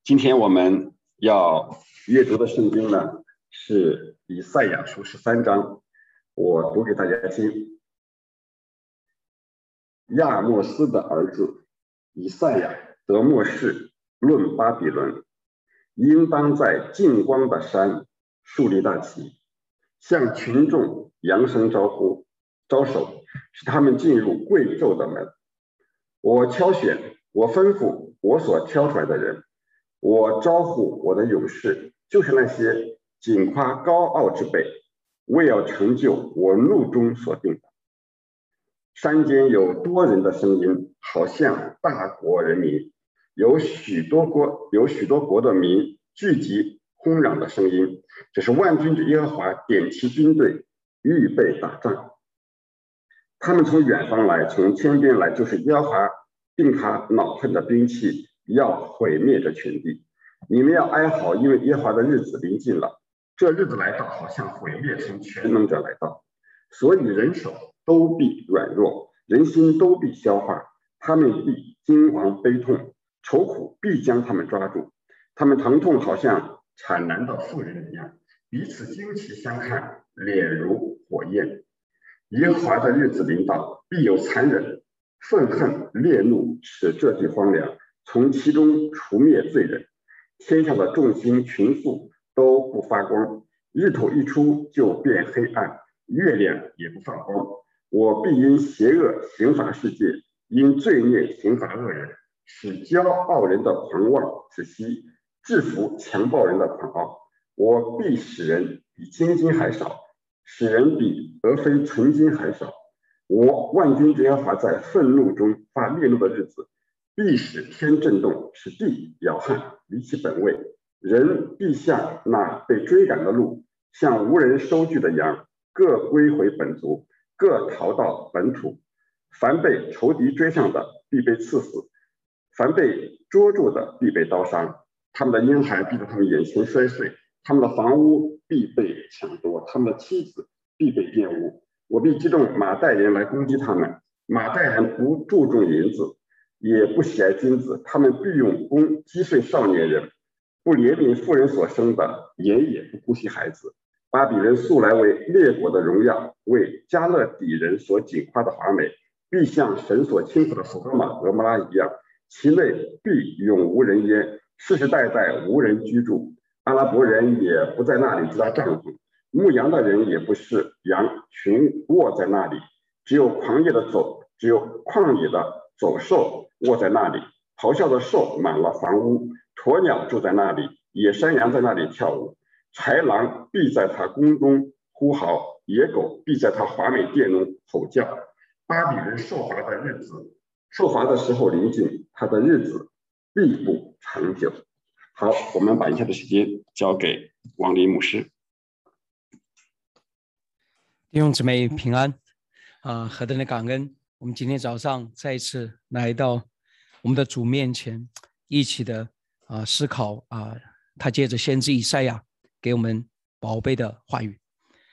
今天我们要阅读的圣经呢，是以赛亚书13章，我读给大家听。亚莫斯的儿子以赛亚得末世，论巴比伦，应当在净光的山树立大旗，向群众扬声招手，使他们进入贵胄的门。我挑选，我吩咐我所挑出来的人，我招呼我的勇士，就是那些仅夸高傲之辈，为要成就我怒中所定的。山间有多人的声音，好像大国人民，有许多国的民聚集轰嚷的声音，这是万军之耶和华点其军队，预备打仗。他们从远方来，从天边来，就是耶和华定他恼恨的兵器，要毁灭这全地。你们要哀嚎，因为耶和华的日子临近了，这日子来到，好像毁灭从全能者来到。所以人手都必软弱，人心都必消化，他们必惊惶悲痛，愁苦必将他们抓住。他们疼痛好像产难的妇人一样，彼此惊奇相看，脸如火焰。耶和华的日子临到，必有残忍、愤恨、烈怒，使这地荒凉，从其中除灭罪人。天上的众星群宿都不发光，日头一出就变黑暗，月亮也不放光。我必因邪恶刑罚世界，因罪孽刑罚恶人，使骄傲人的狂妄止息，制服强暴人的狂傲。我必使人比金金还少，使人比俄非纯金还少。我万军之耶和华在愤怒中发烈怒的日子，必使天震动，使地摇撼，离其本位。人必像那被追赶的鹿，像无人收据的羊，各归回本族，各逃到本土。凡被仇敌追上的，必被刺死；凡被捉住的，必被刀伤。他们的婴孩必在他们眼前摔碎，他们的房屋必被抢夺，他们的妻子必被玷污。我必激动马代人来攻击他们。马代人不注重银子，也不喜爱金子，他们必用弓击碎少年人，不怜悯妇人所生的，也不顾惜孩子。巴比伦素来为列国的荣耀，为加勒底人所景夸的华美，必像神所倾覆的索多玛、蛾摩拉一样，其内必永无人烟，世世代代无人居住。阿拉伯人也不在那里支搭帐篷，牧羊的人也不是羊群卧在那里，只有旷野的走兽卧在那里，咆哮的兽满了房屋，鸵鸟住在那里，野山羊在那里跳舞，豺狼必在他宫中呼嚎，野狗必在他华美殿中吼叫。巴比伦受罚的时候临近，他的日子必不长久。好，我们把以下的时间交给王林牧师。 弟兄姊妹平安何等的感恩！我们今天早上再一次来到我们的主面前，一起的思考他借着先知以赛亚给我们宝贝的话语。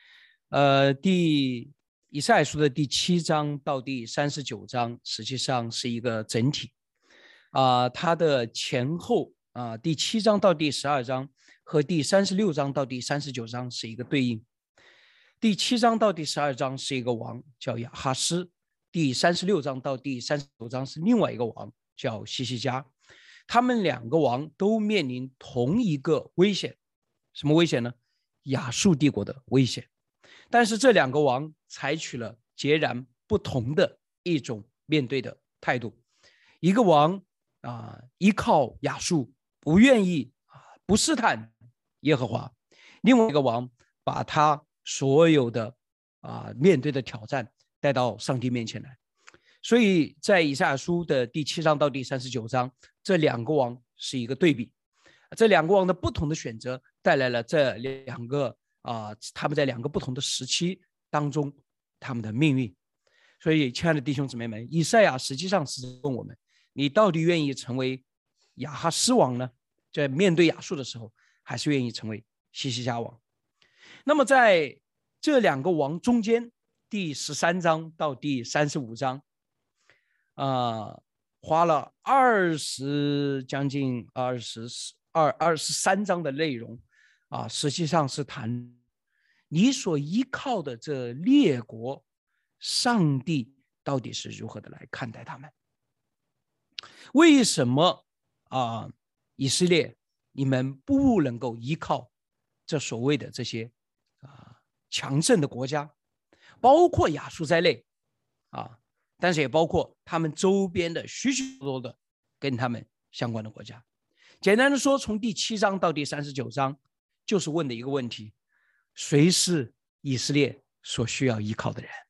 以赛亚书的第7章到第39章实际上是一个整体它的前后第7章到第12章和第36章到第39章是一个对应。第7章到第12章是一个王叫亚哈斯，第36章到第39章是另外一个王叫希西家。他们两个王都面临同一个危险，什么危险呢？亚述帝国的危险。但是这两个王采取了截然不同的一种面对的态度。一个王依靠亚述，不愿意不试探耶和华；另外一个王把他所有的面对的挑战带到上帝面前来。所以在以赛亚书的第7章到第39章，这两个王是一个对比。这两个王的不同的选择带来了这两个他们在两个不同的时期当中他们的命运。所以亲爱的弟兄姊妹们，以赛亚实际上是问我们，你到底愿意成为亚哈斯王呢，在面对亚述的时候，还是愿意成为希西家王？那么在这两个王中间，第13章到第35章花了将近 23章的内容实际上是谈你所依靠的这列国，上帝到底是如何的来看待他们？为什么以色列你们不能够依靠这所谓的这些强盛的国家，包括亚述在内但是也包括他们周边的许许多多的跟他们相关的国家。简单的说，从第7章到第39章，就是问的一个问题：谁是以色列所需要依靠的人？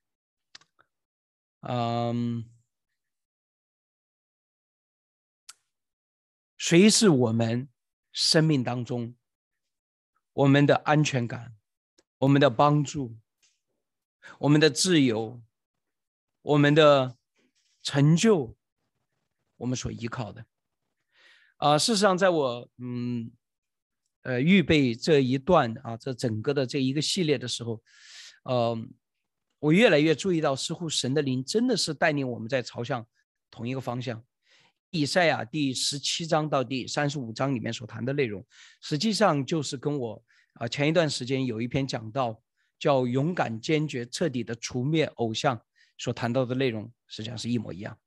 谁是我们生命当中我们的安全感、我们的帮助、我们的自由、我们的成就，我们所依靠的？事实上，在我预备这一段这整个的这一个系列的时候，我越来越注意到，似乎神的灵真的是带领我们在朝向同一个方向。以赛亚第17章到第35章里面所谈的内容，实际上就是跟我前一段时间有一篇讲到叫勇敢坚决彻底的除灭偶像所谈到的内容，实际上是一模一样。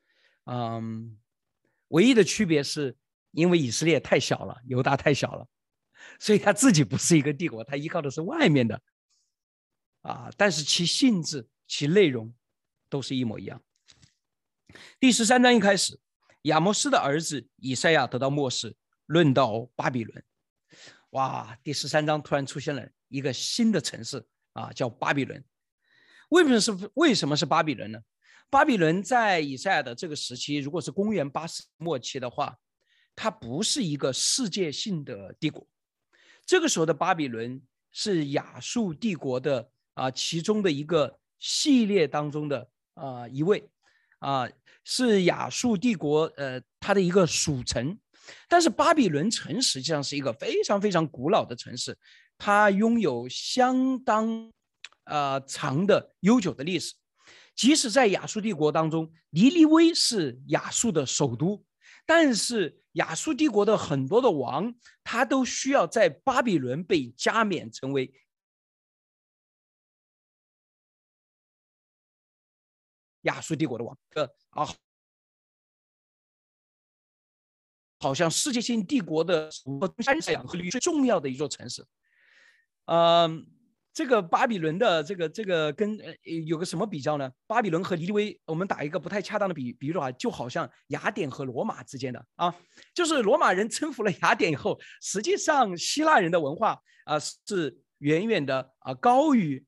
唯一的区别是因为以色列太小了，犹大太小了，所以他自己不是一个帝国，他依靠的是外面的但是其性质其内容都是一模一样。第13章一开始，亚摩斯的儿子以赛亚得到默示，论到巴比伦。哇，第13章突然出现了一个新的城市叫巴比伦。为什么是巴比伦呢？巴比伦在以赛亚的这个时期，如果是公元8世末期的话，它不是一个世界性的帝国。这个时候的巴比伦是亚述帝国的其中的一个系列当中的一位是亚述帝国它的一个属城。但是巴比伦城实际上是一个非常非常古老的城市，它拥有相当长的悠久的历史。即使在亚述帝国当中，尼尼微是亚述的首都，但是亚述帝国的很多的王，他都需要在巴比伦被加冕成为亚述帝国的王好像世界性帝国的最重要的一座城市。这个巴比伦的这个跟有个什么比较呢？巴比伦和尼尼微，我们打一个不太恰当的比喻的话，就好像雅典和罗马之间的就是罗马人征服了雅典以后，实际上希腊人的文化是远远的高于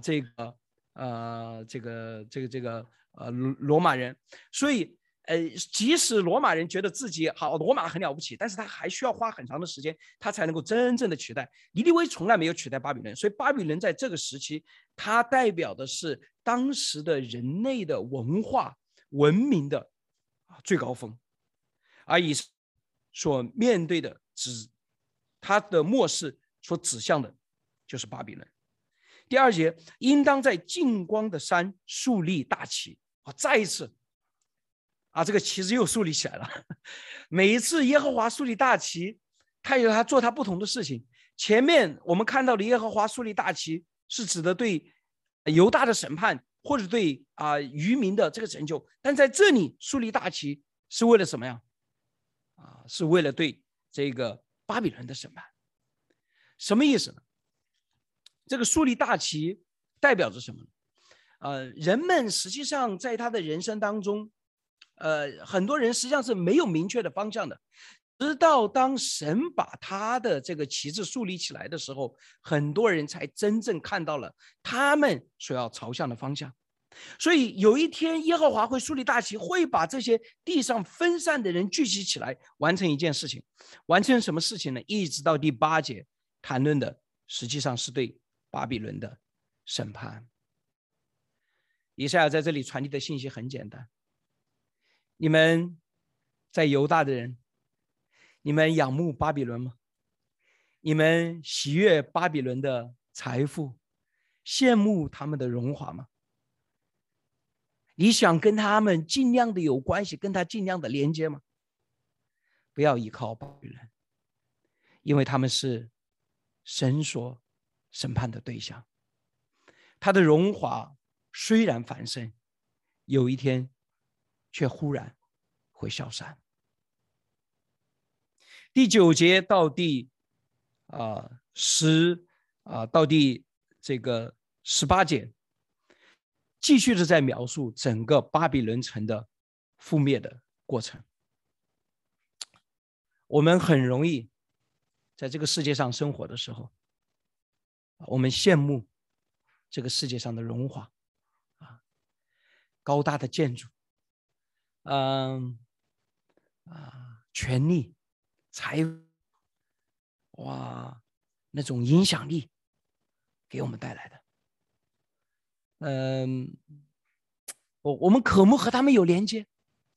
罗马人，所以即使罗马人觉得自己好，罗马很了不起，但是他还需要花很长的时间，他才能够真正的取代。尼尼微从来没有取代巴比伦，所以巴比伦在这个时期，它代表的是当时的人类的文化文明的最高峰，而以所面对的他的末世所指向的就是巴比伦。第2节，应当在近光的山树立大旗。再一次这个旗子又树立起来了。每一次耶和华树立大旗，他有他做他不同的事情。前面我们看到的耶和华树立大旗，是指的对犹大的审判，或者对渔民的这个拯救。但在这里树立大旗是为了什么呀？是为了对这个巴比伦的审判。什么意思呢？这个树立大旗代表着什么？人们实际上在他的人生当中，很多人实际上是没有明确的方向的，直到当神把他的这个旗帜树立起来的时候，很多人才真正看到了他们所要朝向的方向。所以有一天耶和华会树立大旗，会把这些地上分散的人聚集起来，完成一件事情。完成什么事情呢？一直到第8节谈论的实际上是对巴比伦的审判。以赛亚在这里传递的信息很简单：你们在犹大的人，你们仰慕巴比伦吗？你们喜悦巴比伦的财富，羡慕他们的荣华吗？你想跟他们尽量的有关系，跟他尽量的连接吗？不要依靠巴比伦， 因为他们是神所审判的对象。他的荣华虽然繁盛，有一天却忽然会消散。第9节到第18节，继续的在描述整个巴比伦城的覆灭的过程。我们很容易在这个世界上生活的时候，我们羡慕这个世界上的荣华高大的建筑，权力、财富，那种影响力给我们带来的。我们渴慕和他们有连接。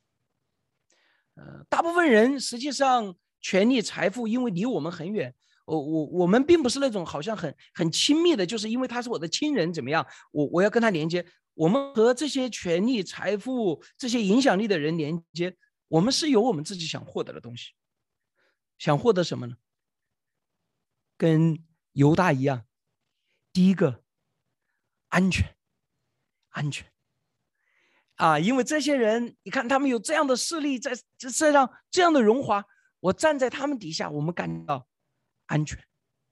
大部分人实际上权力、财富，因为离我们很远，我们并不是那种好像很亲密的，就是因为他是我的亲人怎么样，我要跟他连接。我们和这些权力、财富、这些影响力的人连接，我们是有我们自己想获得的东西。想获得什么呢？跟犹大一样，第一个安全因为这些人你看他们有这样的势力，在这世上这样的荣华，我站在他们底下，我们感到安全。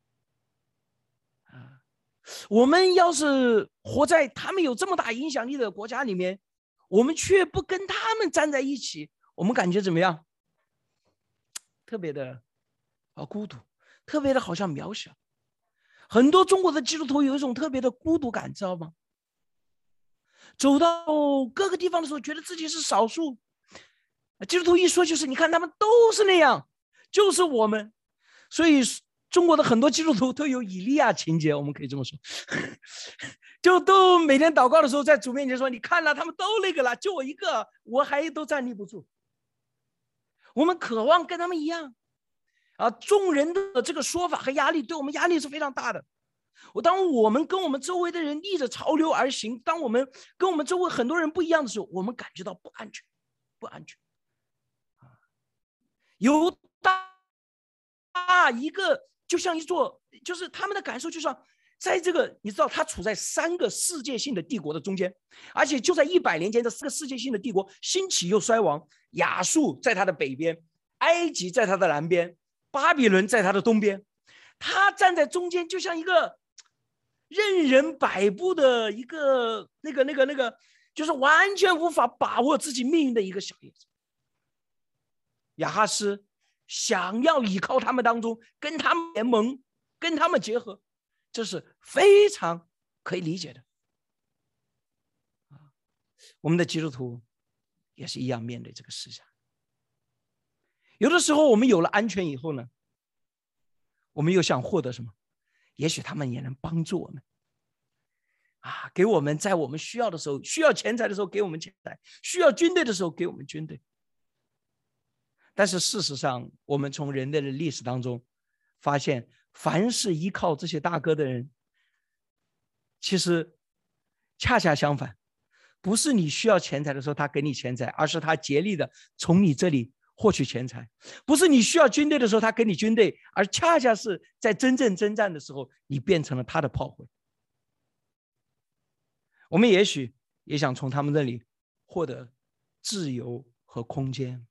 我们要是活在他们有这么大影响力的国家里面，我们却不跟他们站在一起，我们感觉怎么样？特别的孤独，特别的好像渺小。很多中国的基督徒有一种特别的孤独感，知道吗？走到各个地方的时候，觉得自己是少数。基督徒一说就是你看他们都是那样，就是我们。所以中国的很多基督徒都有以利亚情节，我们可以这么说。就都每天祷告的时候在主面前说，你看了他们都那个了，就我一个，我还都站立不住。我们渴望跟他们一样众人的这个说法和压力对我们压力是非常大的。当我们跟我们周围的人逆着潮流而行，当我们跟我们周围很多人不一样的时候，我们感觉到不安全。犹大一个就像一座，就是他们的感受就像在这个，你知道他处在3个世界性的帝国的中间，而且就在100年间，这4个世界性的帝国兴起又衰亡。亚述在他的北边，埃及在他的南边，巴比伦在他的东边，他站在中间，就像一个任人摆布的一个那个，就是完全无法把握自己命运的一个小叶子。亚哈斯想要依靠他们当中，跟他们联盟，跟他们结合，这是非常可以理解的。我们的基督徒也是一样面对这个世上。有的时候我们有了安全以后呢，我们又想获得什么？也许他们也能帮助我们给我们在我们需要的时候，需要钱财的时候给我们钱财，需要军队的时候给我们军队。但是事实上，我们从人类的历史当中发现，凡是依靠这些大哥的人，其实恰恰相反，不是你需要钱财的时候他给你钱财，而是他竭力的从你这里获取钱财。不是你需要军队的时候他给你军队，而恰恰是在真正征战的时候，你变成了他的炮灰。我们也许也想从他们这里获得自由和空间。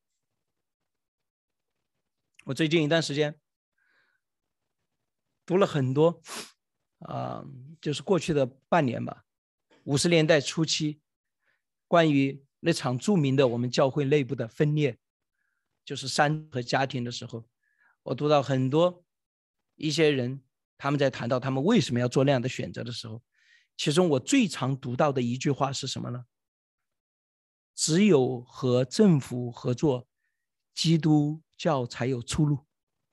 我最近一段时间读了很多就是过去的半年吧，50年代初期关于那场著名的我们教会内部的分裂，就是山和家庭的时候，我读到很多一些人他们在谈到他们为什么要做那样的选择的时候，其中我最常读到的一句话是什么呢？只有和政府合作，基督教才有出路。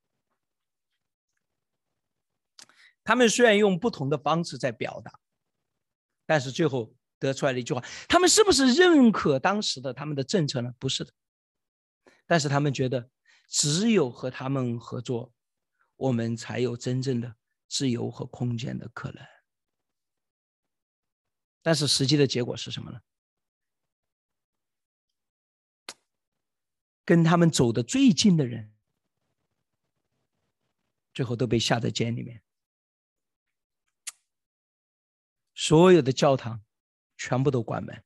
他们虽然用不同的方式在表达，但是最后得出来的一句话，他们是不是认可当时的他们的政策呢？不是的。但是他们觉得只有和他们合作，我们才有真正的自由和空间的可能。但是实际的结果是什么呢？跟他们走得最近的人最后都被下在监里面。所有的教堂全部都关门。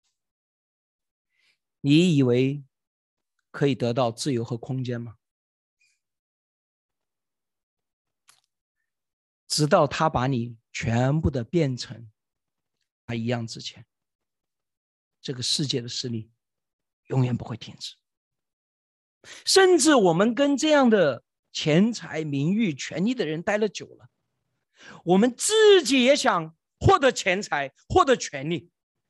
你以为可以得到自由和空间吗？直到他把你全部的变成他一样之前，这个世界的势力永远不会停止。甚至我们跟这样的钱财、名誉、权力的人待了久了，我们自己也想获得钱财、获得权力。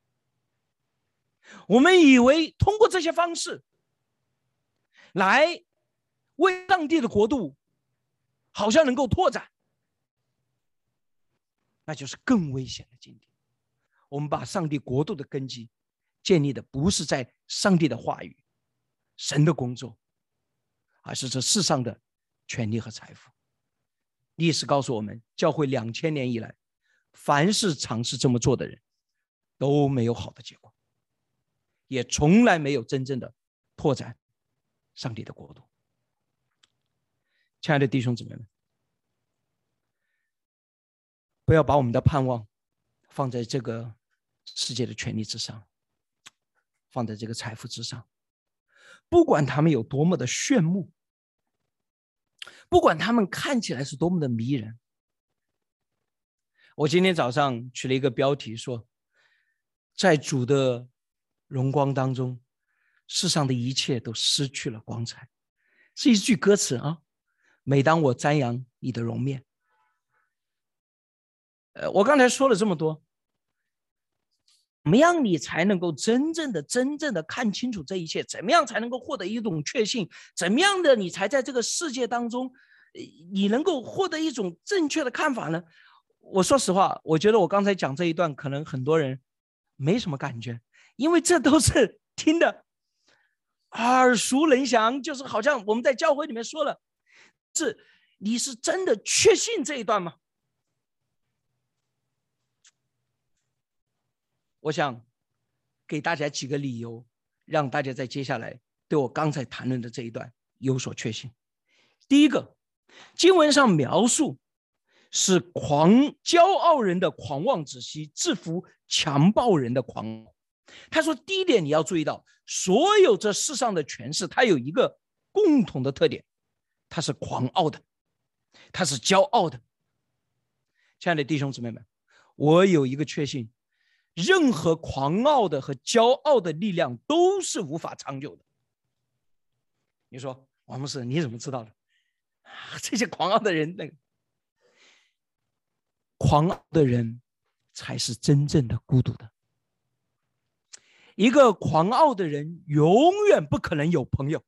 我们以为通过这些方式来为上帝的国度好像能够拓展，那就是更危险的境地。我们把上帝国度的根基建立的不是在上帝的话语、神的工作，而是这世上的权力和财富。历史告诉我们，教会2000年以来，凡是尝试这么做的人都没有好的结果，也从来没有真正的拓展上帝的国度。亲爱的弟兄姊妹们，不要把我们的盼望放在这个世界的权力之上，放在这个财富之上。不管他们有多么的炫目，不管他们看起来是多么的迷人。我今天早上取了一个标题说，在主的荣光当中，世上的一切都失去了光彩，是一句歌词啊。每当我瞻仰你的容面，我刚才说了这么多，怎么样你才能够真正的看清楚这一切？怎么样才能够获得一种确信？怎么样的你才在这个世界当中，你能够获得一种正确的看法呢？我说实话，我觉得我刚才讲这一段，可能很多人没什么感觉，因为这都是听得耳熟能详，就是好像我们在教会里面说了，你是真的确信这一段吗？我想给大家几个理由，让大家在接下来对我刚才谈论的这一段有所确信。第一个，经文上描述是骄傲人的狂妄之息制服强暴人的狂傲。他说，第一点你要注意到，所有这世上的权势，它有一个共同的特点，它是狂傲的，它是骄傲的。亲爱的弟兄姊妹们，我有一个确信，任何狂傲的和骄傲的力量都是无法长久的。你说，王牧师你怎么知道的？这些狂傲的人，狂傲的人才是真正的孤独的。一个狂傲的人永远不可能有朋友。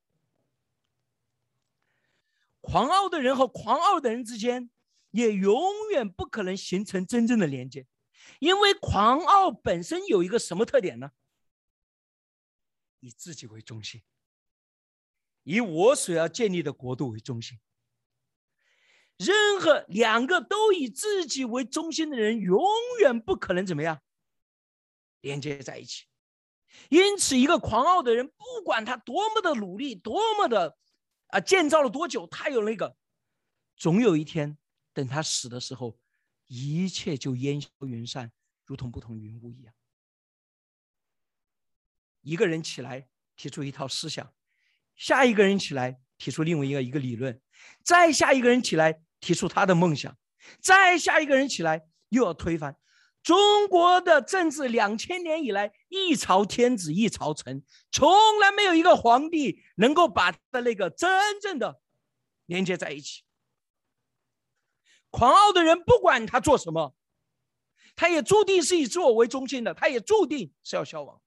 狂傲的人和狂傲的人之间也永远不可能形成真正的连接，因为狂傲本身有一个什么特点呢？以自己为中心，以我所要建立的国度为中心。任何两个都以自己为中心的人永远不可能怎么样连接在一起。因此一个狂傲的人，不管他多么的努力，多么的建造了多久，他有那个总有一天等他死的时候，一切就烟消云散，如同不同云雾一样。一个人起来提出一套思想，下一个人起来提出另外一个理论，再下一个人起来提出他的梦想，再下一个人起来又要推翻。中国的政治2000年以来，一朝天子一朝臣，从来没有一个皇帝能够把他的那个真正的连接在一起。狂傲的人不管他做什么，他也注定是以自我为中心的，他也注定是要消亡。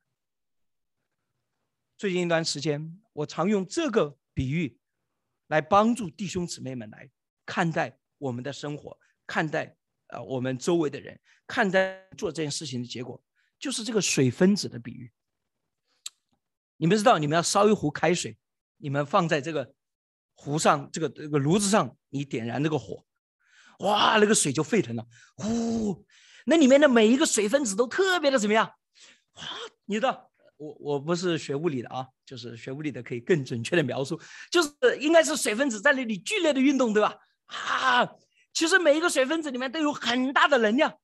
最近一段时间，我常用这个比喻来帮助弟兄姊妹们来看待我们的生活，看待我们周围的人，看待做这件事情的结果，就是这个水分子的比喻。你们知道，你们要烧一壶开水，你们放在这个壶上，这个炉子上，你点燃这个火，哇，那个水就沸腾了，呼，那里面的每一个水分子都特别的怎么样？哇，你知道，我不是学物理的啊，就是学物理的可以更准确的描述，就是应该是水分子在那里剧烈的运动，对吧？ 啊，其实每一个水分子里面都有很大的能量。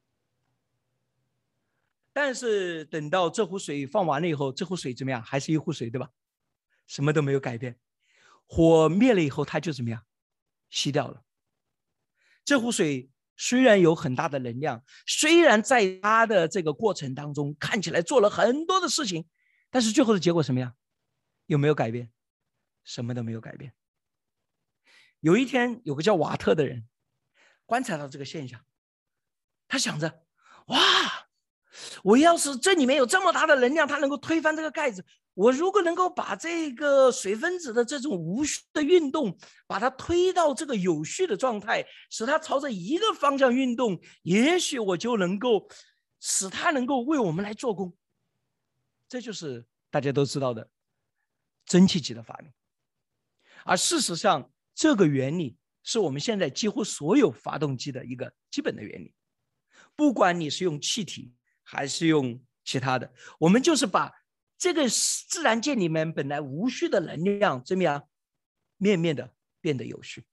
但是等到这壶水放完了以后，这壶水怎么样？还是一壶水，对吧？什么都没有改变。火灭了以后，它就怎么样？熄掉了。这壶水虽然有很大的能量，虽然在它的这个过程当中看起来做了很多的事情，但是最后的结果什么样？有没有改变？什么都没有改变。有一天，有个叫瓦特的人观察到这个现象，他想着，哇，我要是这里面有这么大的能量，它能够推翻这个盖子，我如果能够把这个水分子的这种无序的运动，把它推到这个有序的状态，使它朝着一个方向运动，也许我就能够使它能够为我们来做工。这就是大家都知道的蒸汽机的发明。而事实上，这个原理是我们现在几乎所有发动机的一个基本的原理。不管你是用气体还是用其他的，我们就是把这个自然界里面本来无序的能量，怎么样，面面的变得有序。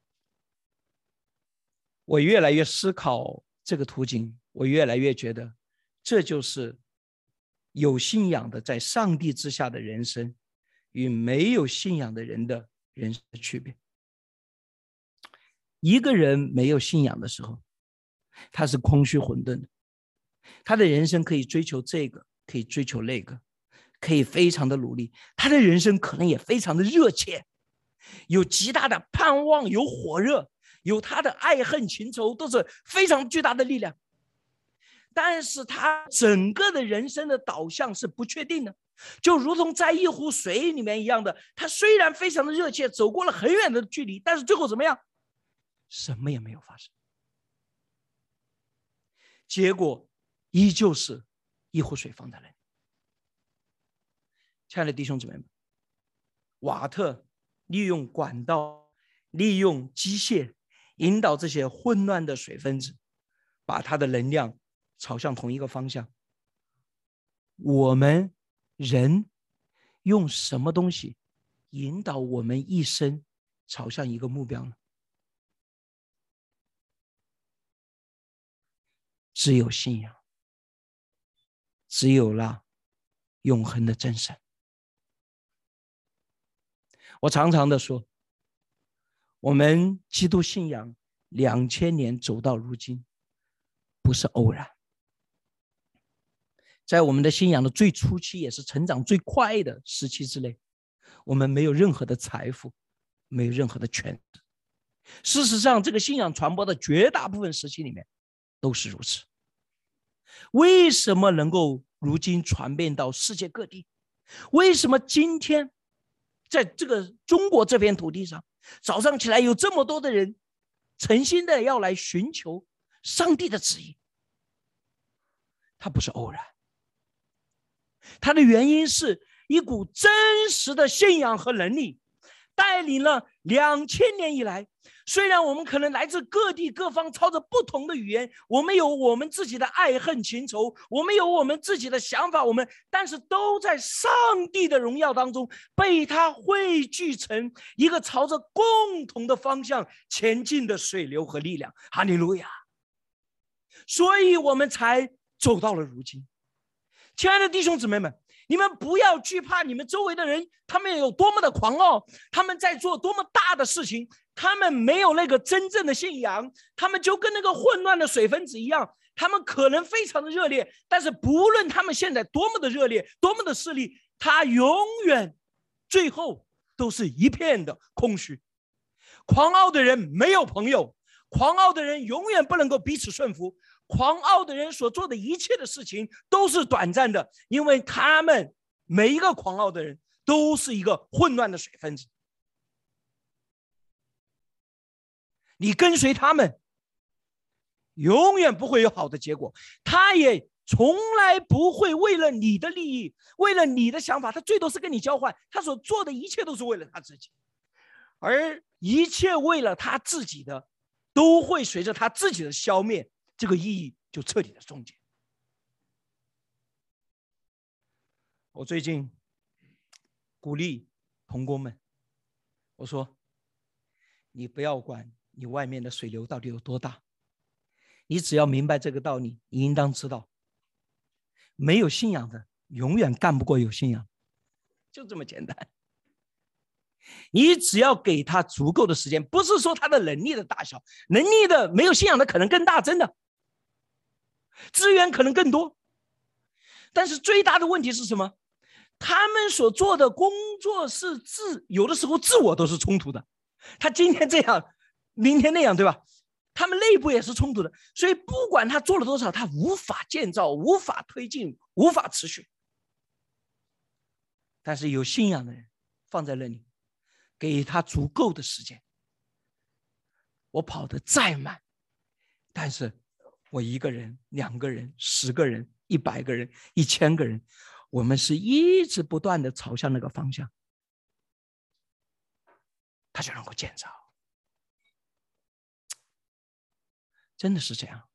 我越来越思考这个途径，我越来越觉得，这就是有信仰的在上帝之下的人生与没有信仰的人的人生的区别。一个人没有信仰的时候，他是空虚混沌的，他的人生可以追求这个，可以追求那个，可以非常的努力，他的人生可能也非常的热切，有极大的盼望，有火热，有他的爱恨情仇，都是非常巨大的力量。但是他整个的人生的导向是不确定的，就如同在一壶水里面一样的，他虽然非常的热切，走过了很远的距离，但是最后怎么样？什么也没有发生，结果依旧是一壶水放在那里。亲爱的弟兄姊妹们，瓦特利用管道，利用机械，引导这些混乱的水分子，把它的能量朝向同一个方向。我们人用什么东西引导我们一生朝向一个目标呢？只有信仰，只有那永恒的真神。我常常的说，我们基督信仰2000年走到如今，不是偶然。在我们的信仰的最初期，也是成长最快的时期之内，我们没有任何的财富，没有任何的权势。事实上，这个信仰传播的绝大部分时期里面都是如此。为什么能够如今传遍到世界各地？为什么今天在这个中国这片土地上，早上起来有这么多的人诚心的要来寻求上帝的旨意？它不是偶然，它的原因是一股真实的信仰和能力，带领了2000年以来。虽然我们可能来自各地各方，操着不同的语言，我们有我们自己的爱恨情仇，我们有我们自己的想法，但是都在上帝的荣耀当中被他汇聚成一个朝着共同的方向前进的水流和力量。哈利路亚！所以我们才走到了如今。亲爱的弟兄姊妹们，你们不要惧怕你们周围的人，他们有多么的狂傲，他们在做多么大的事情，他们没有那个真正的信仰，他们就跟那个混乱的水分子一样，他们可能非常的热烈，但是不论他们现在多么的热烈，多么的势力，他永远最后都是一片的空虚。狂傲的人没有朋友，狂傲的人永远不能够彼此顺服，狂傲的人所做的一切的事情都是短暂的，因为他们每一个狂傲的人都是一个混乱的水分子。你跟随他们永远不会有好的结果，他也从来不会为了你的利益，为了你的想法，他最多是跟你交换，他所做的一切都是为了他自己，而一切为了他自己的都会随着他自己的消灭，这个意义就彻底的终结。我最近鼓励同工们，我说你不要管你外面的水流到底有多大，你只要明白这个道理，你应当知道，没有信仰的永远干不过有信仰，就这么简单。你只要给他足够的时间，不是说他的能力的大小，能力的没有信仰的可能更大，真的，资源可能更多，但是最大的问题是什么？他们所做的工作是有的时候自我都是冲突的，他今天这样，明天那样，对吧？他们内部也是冲突的，所以不管他做了多少，他无法建造，无法推进，无法持续。但是有信仰的人放在那里，给他足够的时间，我跑得再慢，但是我1个人、2个人、10个人、100个人、1000个人，我们是一直不断的朝向那个方向，他就能够建造。真的是这样。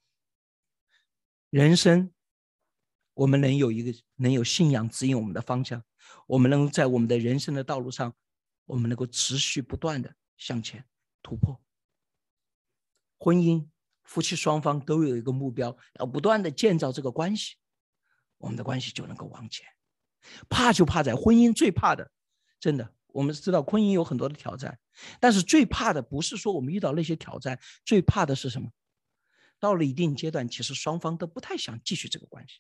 人生我们能有信仰指引我们的方向，我们能在我们的人生的道路上，我们能够持续不断的向前突破。婚姻夫妻双方都有一个目标，要不断的建造这个关系，我们的关系就能够往前。怕就怕在婚姻最怕的，真的，我们知道婚姻有很多的挑战，但是最怕的不是说我们遇到那些挑战，最怕的是什么？到了一定阶段，其实双方都不太想继续这个关系。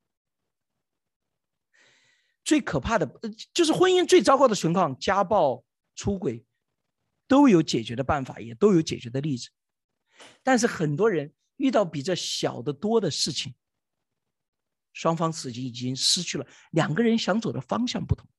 最可怕的就是婚姻最糟糕的情况，家暴、出轨都有解决的办法，也都有解决的例子。但是很多人遇到比这小得多的事情，双方已经失去了，2个人想走的方向不同。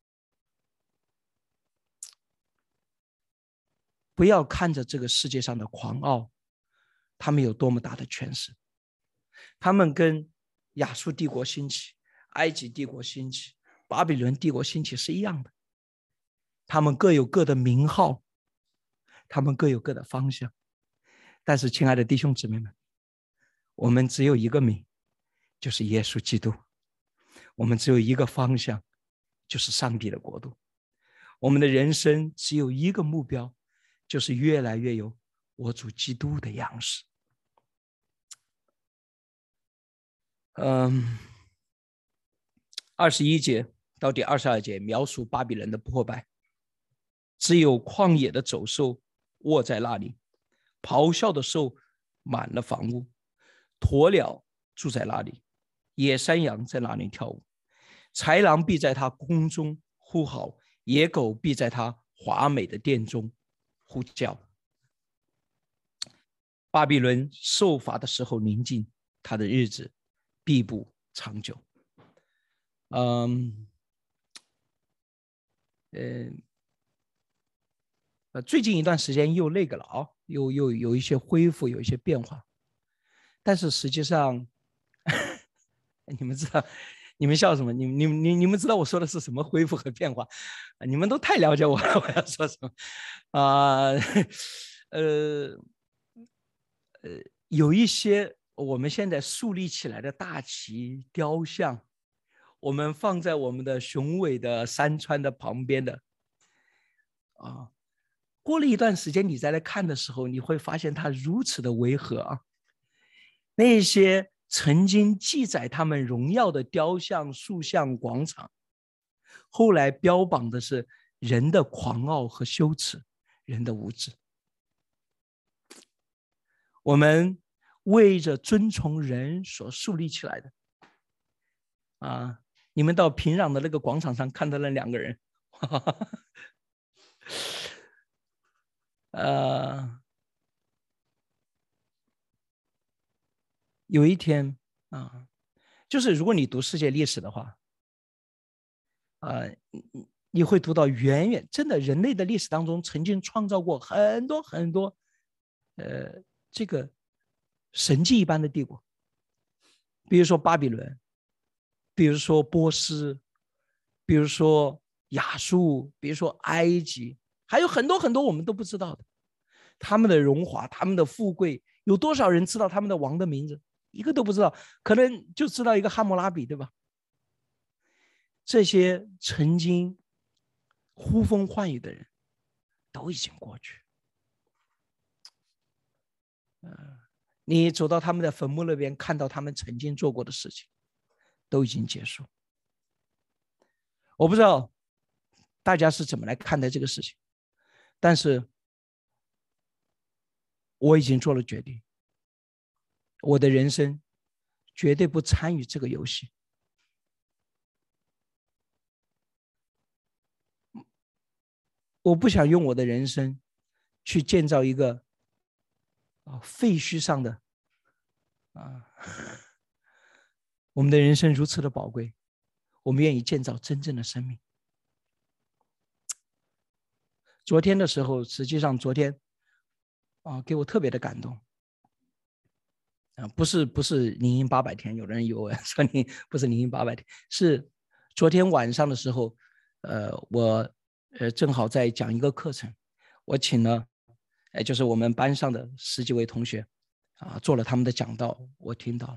不要看着这个世界上的狂傲，他们有多么大的权势，他们跟亚述帝国兴起、埃及帝国兴起、巴比伦帝国兴起是一样的，他们各有各的名号，他们各有各的方向。但是亲爱的弟兄姊妹们，我们只有一个名，就是耶稣基督。我们只有一个方向，就是上帝的国度。我们的人生只有一个目标，就是越来越有我主基督的样式。21节到第22节描述巴比伦的破败，只有旷野的走兽卧在那里，咆哮的兽满了房屋，鸵鸟住在那里，野山羊在那里跳舞，豺狼必在他宫中呼号，野狗必在他华美的殿中呼叫。巴比伦受罚的时候临近，他的日子必不长久。最近一段时间又那个了啊，又有一些恢复，有一些变化，但是实际上你们知道，你们笑什么？你们知道我说的是什么恢复和变化？你们都太了解我了，我要说什么有一些我们现在树立起来的大旗雕像，我们放在我们的雄伟的山川的旁边的过了一段时间你再来看的时候，你会发现它如此的违和啊！那些曾经记载他们荣耀的雕像、塑像、广场，后来标榜的是人的狂傲和羞耻，人的无知。我们为着遵从人所树立起来的你们到平壤的那个广场上看到那2个人有一天就是如果你读世界历史的话你会读到远远真的人类的历史当中曾经创造过很多很多这个神迹一般的帝国，比如说巴比伦，比如说波斯，比如说亚述，比如说埃及，还有很多很多我们都不知道的。他们的荣华，他们的富贵，有多少人知道他们的王的名字？一个都不知道，可能就知道一个哈姆拉比，对吧？这些曾经呼风唤雨的人都已经过去， 你走到他们的坟墓那边，看到他们曾经做过的事情，都已经结束。我不知道大家是怎么来看待这个事情，但是我已经做了决定，我的人生绝对不参与这个游戏。我不想用我的人生去建造一个废墟上的我们的人生如此的宝贵，我们愿意建造真正的生命。昨天的时候，实际上昨天给我特别的感动。不是灵音800天，有人有说你不是灵音800天，是昨天晚上的时候，我正好在讲一个课程，我请了就是我们班上的10几位同学做了他们的讲道，我听到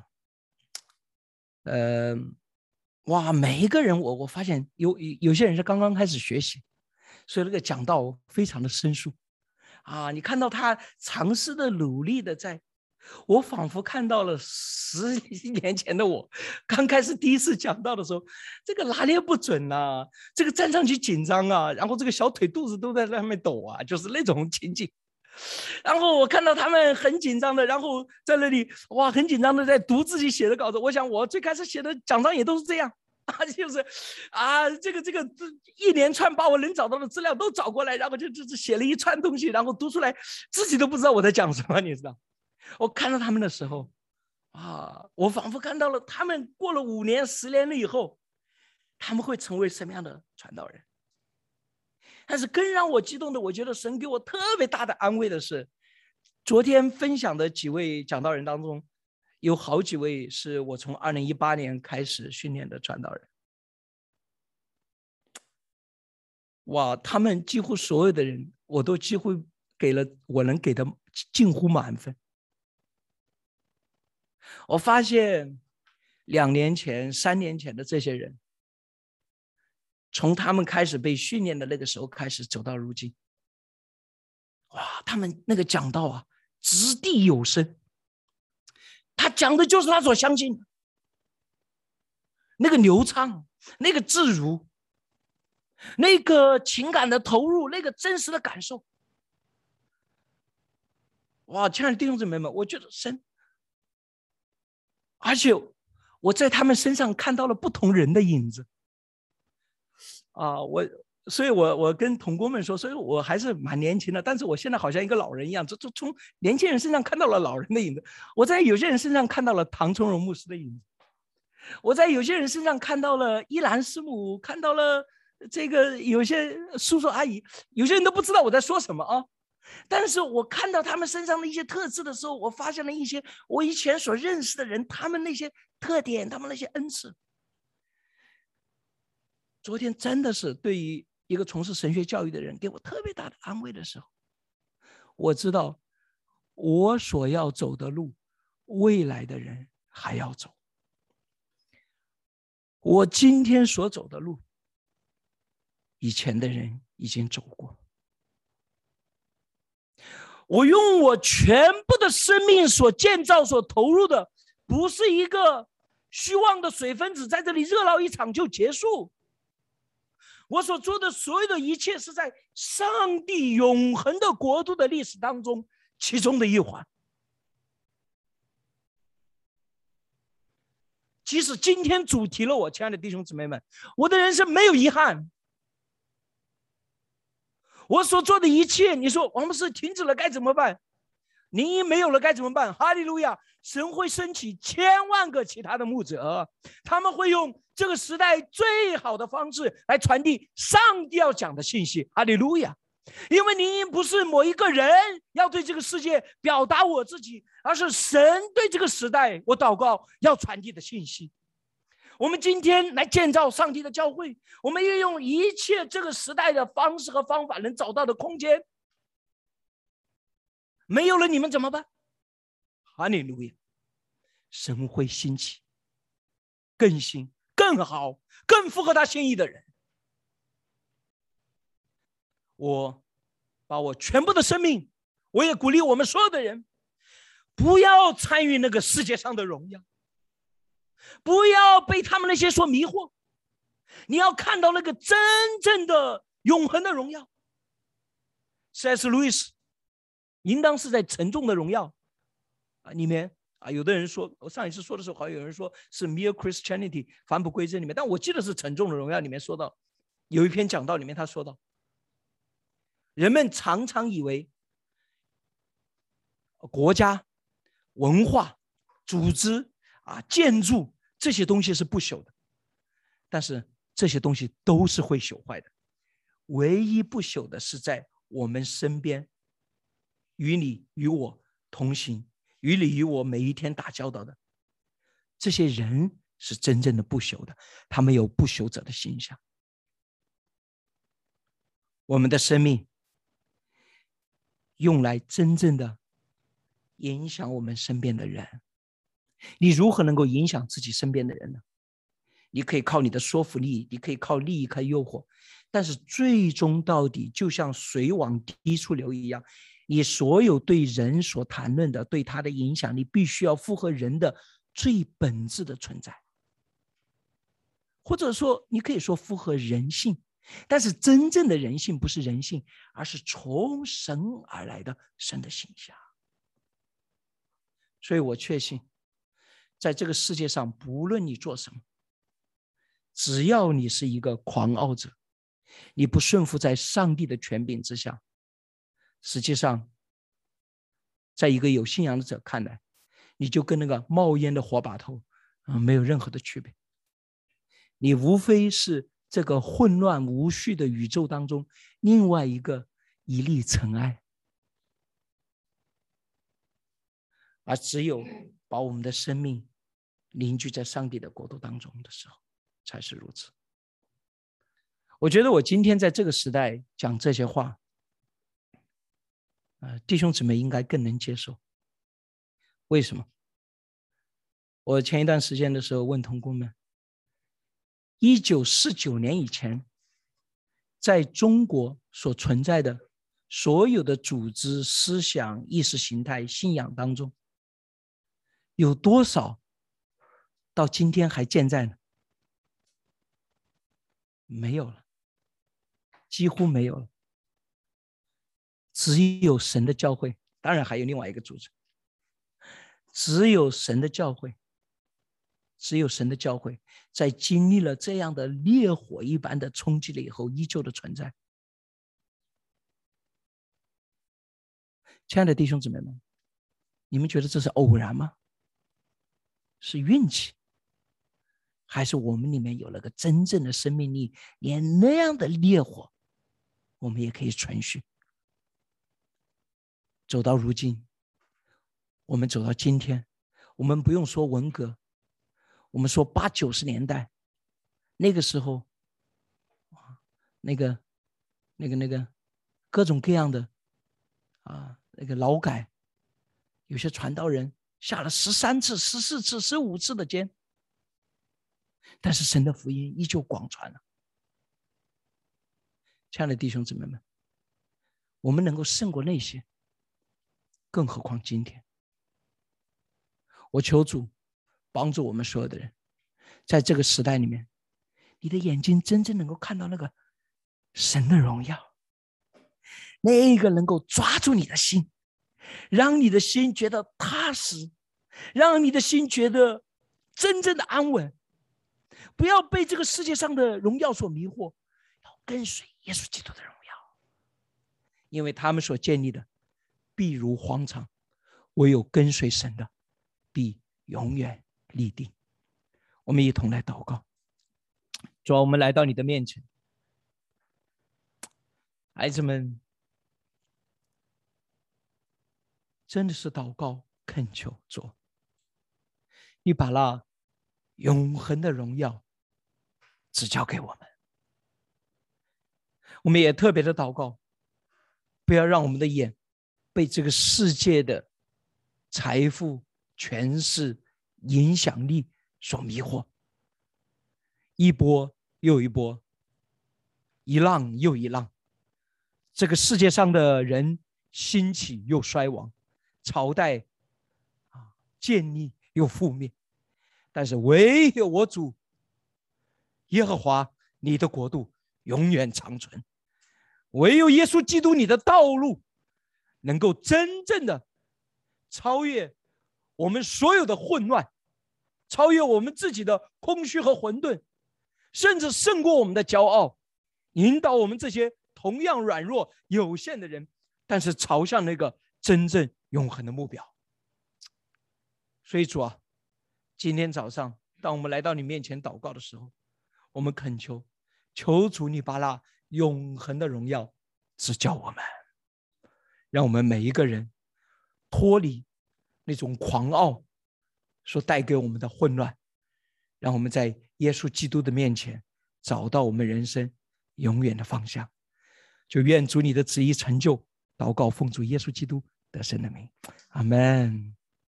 了，哇，每一个人我发现有些人是刚刚开始学习，所以那个讲道非常的生疏你看到他尝试的努力的在。我仿佛看到了10几年前的我，刚开始第一次讲到的时候，这个拿捏不准这个站上去紧张然后这个小腿肚子都在上面抖就是那种情景。然后我看到他们很紧张的，然后在那里很紧张的在读自己写的稿子。我想我最开始写的讲章也都是这样就是这个一连串把我能找到的资料都找过来，然后就写了一串东西，然后读出来，自己都不知道我在讲什么，你知道。我看到他们的时候我仿佛看到了他们过了5年10年了以后，他们会成为什么样的传道人。但是更让我激动的，我觉得神给我特别大的安慰的是，昨天分享的几位讲道人当中，有好几位是我从2018年开始训练的传道人。哇，他们几乎所有的人，我都几乎给了我能给的近乎满分。我发现2年前、3年前的这些人，从他们开始被训练的那个时候开始走到如今，他们那个讲道掷地有声，他讲的就是他所相信的，那个流畅，那个自如，那个情感的投入，那个真实的感受。亲爱的弟兄姊妹们，我觉得神，而且我在他们身上看到了不同人的影子所以我跟同工们说，所以我还是蛮年轻的，但是我现在好像一个老人一样，就从年轻人身上看到了老人的影子。我在有些人身上看到了唐崇荣牧师的影子，我在有些人身上看到了依兰师母，看到了这个有些叔叔阿姨，有些人都不知道我在说什么但是我看到他们身上的一些特质的时候，我发现了一些我以前所认识的人，他们那些特点，他们那些恩赐。昨天真的是对于一个从事神学教育的人给我特别大的安慰的时候，我知道我所要走的路，未来的人还要走。我今天所走的路，以前的人已经走过。我用我全部的生命所建造、所投入的，不是一个虚妄的水分子在这里热闹一场就结束。我所做的所有的一切是在上帝永恒的国度的历史当中其中的一环。即使今天主题了我，亲爱的弟兄姊妹们，我的人生没有遗憾。我所做的一切，你说王牧师停止了该怎么办？灵音没有了该怎么办？哈利路亚！神会升起1000万个其他的牧者，他们会用这个时代最好的方式来传递上帝要讲的信息。哈利路亚！因为灵音不是某一个人要对这个世界表达我自己，而是神对这个时代，我祷告要传递的信息。我们今天来建造上帝的教会，我们运用一切这个时代的方式和方法能找到的空间。没有了你们怎么办？哈利路亚！神会兴起更新、更好、更符合他心意的人。我把我全部的生命，我也鼓励我们所有的人， 不要参与那个世界上的荣耀，不要被他们那些所迷惑，你要看到那个真正的永恒的荣耀。C.S. 路易斯应当是在沉重的荣耀里面有的人说，我上一次说的时候好像有人说是 Mere Christianity 返璞归真里面，但我记得是沉重的荣耀里面说到，有一篇讲道里面他说到，人们常常以为国家、文化、组织建筑这些东西是不朽的，但是这些东西都是会朽坏的，唯一不朽的是在我们身边，与你与我同行，与你与我每一天打交道的这些人是真正的不朽的，他们有不朽者的形象。我们的生命用来真正的影响我们身边的人，你如何能够影响自己身边的人呢？你可以靠你的说服力，你可以靠利益，靠诱惑，但是最终到底就像水往低处流一样，你所有对人所谈论的，对他的影响力必须要符合人的最本质的存在，或者说你可以说符合人性，但是真正的人性不是人性，而是从神而来的神的形象。所以我确信在这个世界上，不论你做什么，只要你是一个狂傲者，你不顺服在上帝的权柄之下，实际上在一个有信仰的者看来，你就跟那个冒烟的火把头没有任何的区别。你无非是这个混乱无序的宇宙当中另外一个一粒尘埃，而只有把我们的生命凝聚在上帝的国度当中的时候才是如此。我觉得我今天在这个时代讲这些话，弟兄姊妹应该更能接受。为什么？我前一段时间的时候问同工们，1949年以前在中国所存在的所有的组织、思想、意识形态、信仰当中，有多少到今天还健在呢？没有了，几乎没有了。只有神的教会，当然还有另外一个组织，只有神的教会，只有神的教会在经历了这样的烈火一般的冲击了以后依旧的存在。亲爱的弟兄姊妹们，你们觉得这是偶然吗？是运气？还是我们里面有了个真正的生命力，连那样的烈火我们也可以存续？走到如今，我们走到今天，我们不用说文革，我们说80、90年代那个时候，那个各种各样的那个劳改，有些传道人下了13次、14次、15次的监，但是神的福音依旧广传了。亲爱的弟兄姊妹们，我们能够胜过那些，更何况今天。我求主帮助我们所有的人，在这个时代里面，你的眼睛真正能够看到那个神的荣耀，那个能够抓住你的心，让你的心觉得踏实，让你的心觉得真正的安稳，不要被这个世界上的荣耀所迷惑，要跟随耶稣基督的荣耀，因为他们所建立的必如荒场，唯有跟随神的必永远立定。我们一同来祷告。主啊，我们来到你的面前，孩子们真的是祷告恳求主，你把那永恒的荣耀指教给我们。我们也特别的祷告，不要让我们的眼被这个世界的财富、权势、影响力所迷惑，一波又一波，一浪又一浪，这个世界上的人兴起又衰亡，朝代见逆又覆灭。但是唯有我主耶和华你的国度永远长存，唯有耶稣基督你的道路能够真正的超越我们所有的混乱，超越我们自己的空虚和混沌，甚至胜过我们的骄傲，引导我们这些同样软弱有限的人，但是朝向那个真正永恒的目标。所以主啊，今天早上当我们来到你面前祷告的时候，我们恳求，求主你把那永恒的荣耀指教我们，让我们每一个人脱离那种狂傲所带给我们的混乱，让我们在耶稣基督的面前找到我们人生永远的方向。就愿主你的旨意成就。祷告奉主耶稣基督得胜的名，阿们。